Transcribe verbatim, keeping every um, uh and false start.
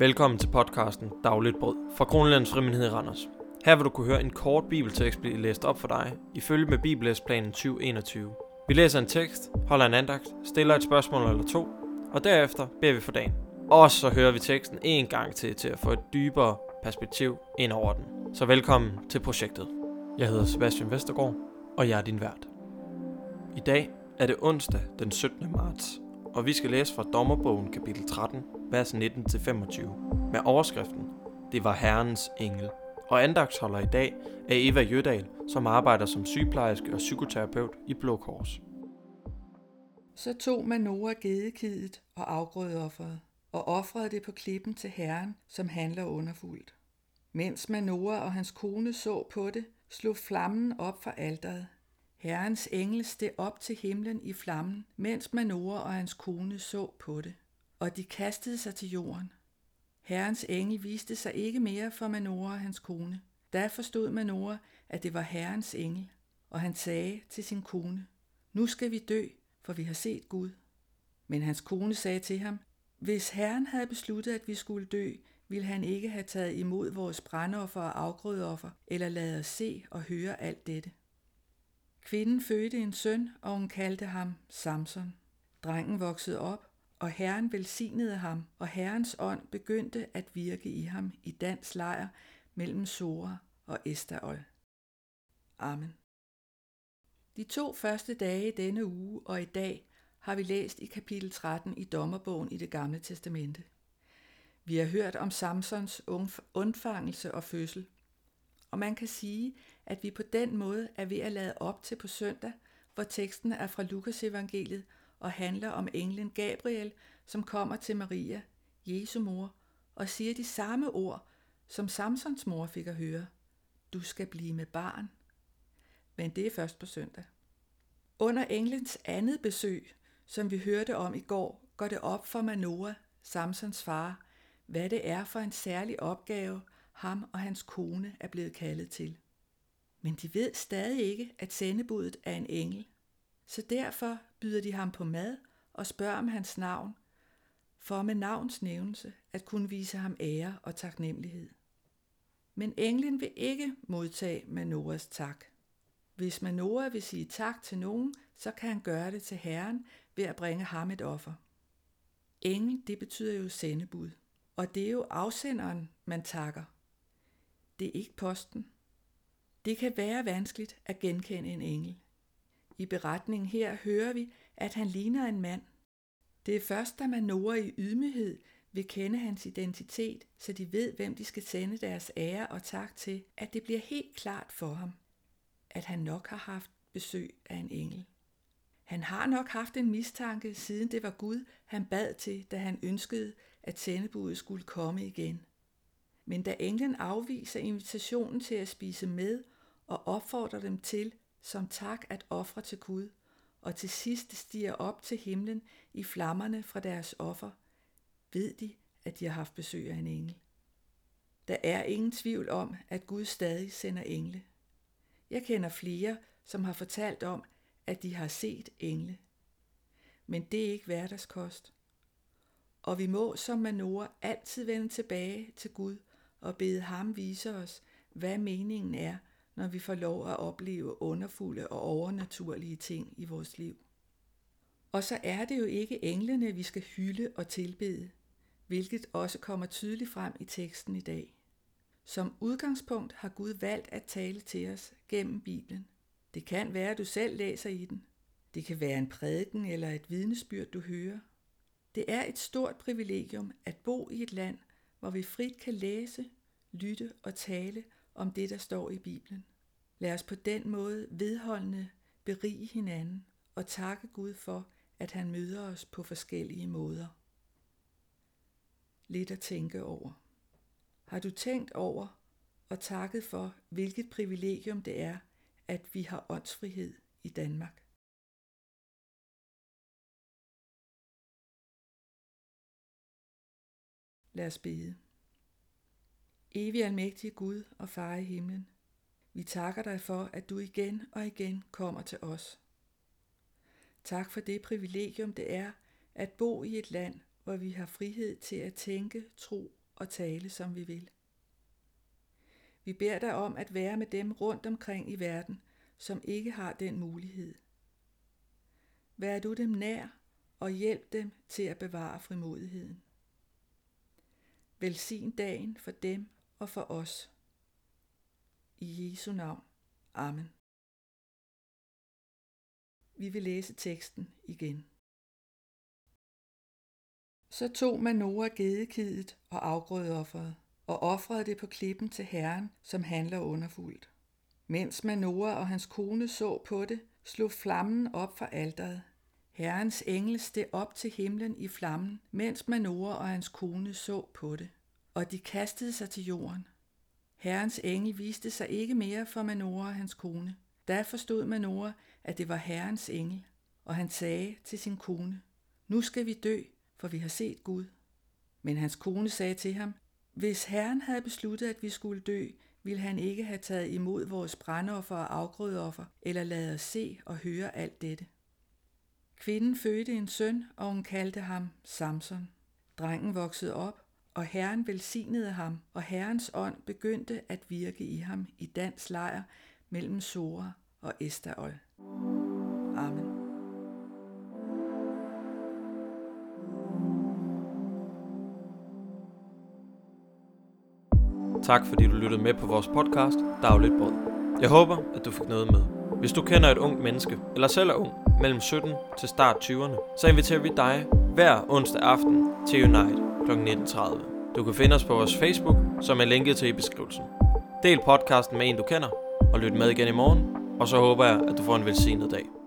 Velkommen til podcasten Dagligt Brød fra Kronlands Frimenighed i Randers. Her vil du kunne høre en kort bibeltekst blive læst op for dig, ifølge med Bibellæsplanen tyve enogtyve. Vi læser en tekst, holder en andagt, stiller et spørgsmål eller to, og derefter beder vi for dagen. Og så hører vi teksten en gang til, til at få et dybere perspektiv ind over den. Så velkommen til projektet. Jeg hedder Sebastian Vestergaard, og jeg er din vært. I dag er det onsdag den syttende marts, og vi skal læse fra Dommerbogen kapitel tretten, vers nitten til femogtyve, med overskriften Det var Herrens engel. Og andagtsholder i dag er Eva Jødal, som arbejder som sygeplejerske og psykoterapeut i Blå Kors. Så tog Manoah gedekidet og afgrødeofferet, og ofrede det på klippen til Herren, som handler underfuldt. Mens Manoah og hans kone så på det, slog flammen op fra alteret. Herrens engel steg op til himlen i flammen, mens Manoah og hans kone så på det, og de kastede sig til jorden. Herrens engel viste sig ikke mere for Manoah og hans kone. Da forstod Manoah, at det var Herrens engel, og han sagde til sin kone, nu skal vi dø, for vi har set Gud. Men hans kone sagde til ham, hvis Herren havde besluttet, at vi skulle dø, ville han ikke have taget imod vores brandoffer og afgrødeoffer, eller ladet os se og høre alt dette. Kvinden fødte en søn, og hun kaldte ham Samson. Drengen voksede op, og Herren velsignede ham, og Herrens ånd begyndte at virke i ham i Dans lejr mellem Sora og Estaol. Amen. De to første dage i denne uge og i dag har vi læst i kapitel tretten i Dommerbogen i Det Gamle Testamente. Vi har hørt om Samsons undfangelse og fødsel, og man kan sige, at vi på den måde er ved at lade op til på søndag, hvor teksten er fra Lukas evangeliet og handler om englen Gabriel, som kommer til Maria, Jesu mor, og siger de samme ord, som Samsons mor fik at høre. Du skal blive med barn. Men det er først på søndag. Under englens andet besøg, som vi hørte om i går, går det op for Manoah, Samsons far, hvad det er for en særlig opgave, ham og hans kone er blevet kaldet til. Men de ved stadig ikke, at sendebudet er en engel. Så derfor byder de ham på mad og spørger om hans navn, for med navns nævnelse at kunne vise ham ære og taknemmelighed. Men englen vil ikke modtage Manoahs tak. Hvis Manoah vil sige tak til nogen, så kan han gøre det til Herren ved at bringe ham et offer. Engel, det betyder jo sendebud, og det er jo afsenderen, man takker. Det er ikke posten. Det kan være vanskeligt at genkende en engel. I beretningen her hører vi, at han ligner en mand. Det er først, da Manoah i ydmyghed vil kende hans identitet, så de ved, hvem de skal sende deres ære og tak til, at det bliver helt klart for ham, at han nok har haft besøg af en engel. Han har nok haft en mistanke, siden det var Gud, han bad til, da han ønskede, at sendebudet skulle komme igen. Men da englen afviser invitationen til at spise med og opfordrer dem til, som tak at ofre til Gud, og til sidst stiger op til himlen i flammerne fra deres offer, ved de, at de har haft besøg af en engel. Der er ingen tvivl om, at Gud stadig sender engle. Jeg kender flere, som har fortalt om, at de har set engle. Men det er ikke hverdagskost. Og vi må som Manoah altid vende tilbage til Gud og bede ham vise os, hvad meningen er, når vi får lov at opleve underfulde og overnaturlige ting i vores liv. Og så er det jo ikke englene, vi skal hylde og tilbede, hvilket også kommer tydeligt frem i teksten i dag. Som udgangspunkt har Gud valgt at tale til os gennem Bibelen. Det kan være, at du selv læser i den. Det kan være en prædiken eller et vidnesbyrd, du hører. Det er et stort privilegium at bo i et land, hvor vi frit kan læse, lytte og tale om det, der står i Bibelen. Lad os på den måde vedholdende berige hinanden og takke Gud for, at han møder os på forskellige måder. Lidt at tænke over. Har du tænkt over og takket for, hvilket privilegium det er, at vi har åndsfrihed i Danmark? Lad os bede. Evig almægtige Gud og Far i himlen, vi takker dig for, at du igen og igen kommer til os. Tak for det privilegium, det er at bo i et land, hvor vi har frihed til at tænke, tro og tale, som vi vil. Vi beder dig om at være med dem rundt omkring i verden, som ikke har den mulighed. Vær du dem nær og hjælp dem til at bevare frimodigheden. Velsign dagen for dem og for os. I Jesu navn. Amen. Vi vil læse teksten igen. Så tog Manoah gedekidet og afgrødeofferet, og ofrede det på klippen til Herren, som handler underfuldt. Mens Manoah og hans kone så på det, slog flammen op fra alteret. Herrens engel steg op til himlen i flammen, mens Manoah og hans kone så på det, og de kastede sig til jorden. Herrens engel viste sig ikke mere for Manoah og hans kone. Da forstod Manoah, at det var Herrens engel, og han sagde til sin kone, nu skal vi dø, for vi har set Gud. Men hans kone sagde til ham, hvis Herren havde besluttet, at vi skulle dø, ville han ikke have taget imod vores brandoffer og afgrødeoffer, eller ladet os se og høre alt dette. Kvinden fødte en søn, og hun kaldte ham Samson. Drengen voksede op, og Herren velsignede ham, og Herrens ånd begyndte at virke i ham i Dans lejr mellem Sora og Estaol. Amen. Tak fordi du lyttede med på vores podcast, Dagligt Brød. Jeg håber, at du fik noget med. Hvis du kender et ungt menneske, eller selv er ung, mellem sytten til start tyverne, så inviterer vi dig hver onsdag aften til Unite klokken nitten tredive. Du kan finde os på vores Facebook, som er linket til i beskrivelsen. Del podcasten med en du kender, og lyt med igen i morgen, og så håber jeg, at du får en velsignet dag.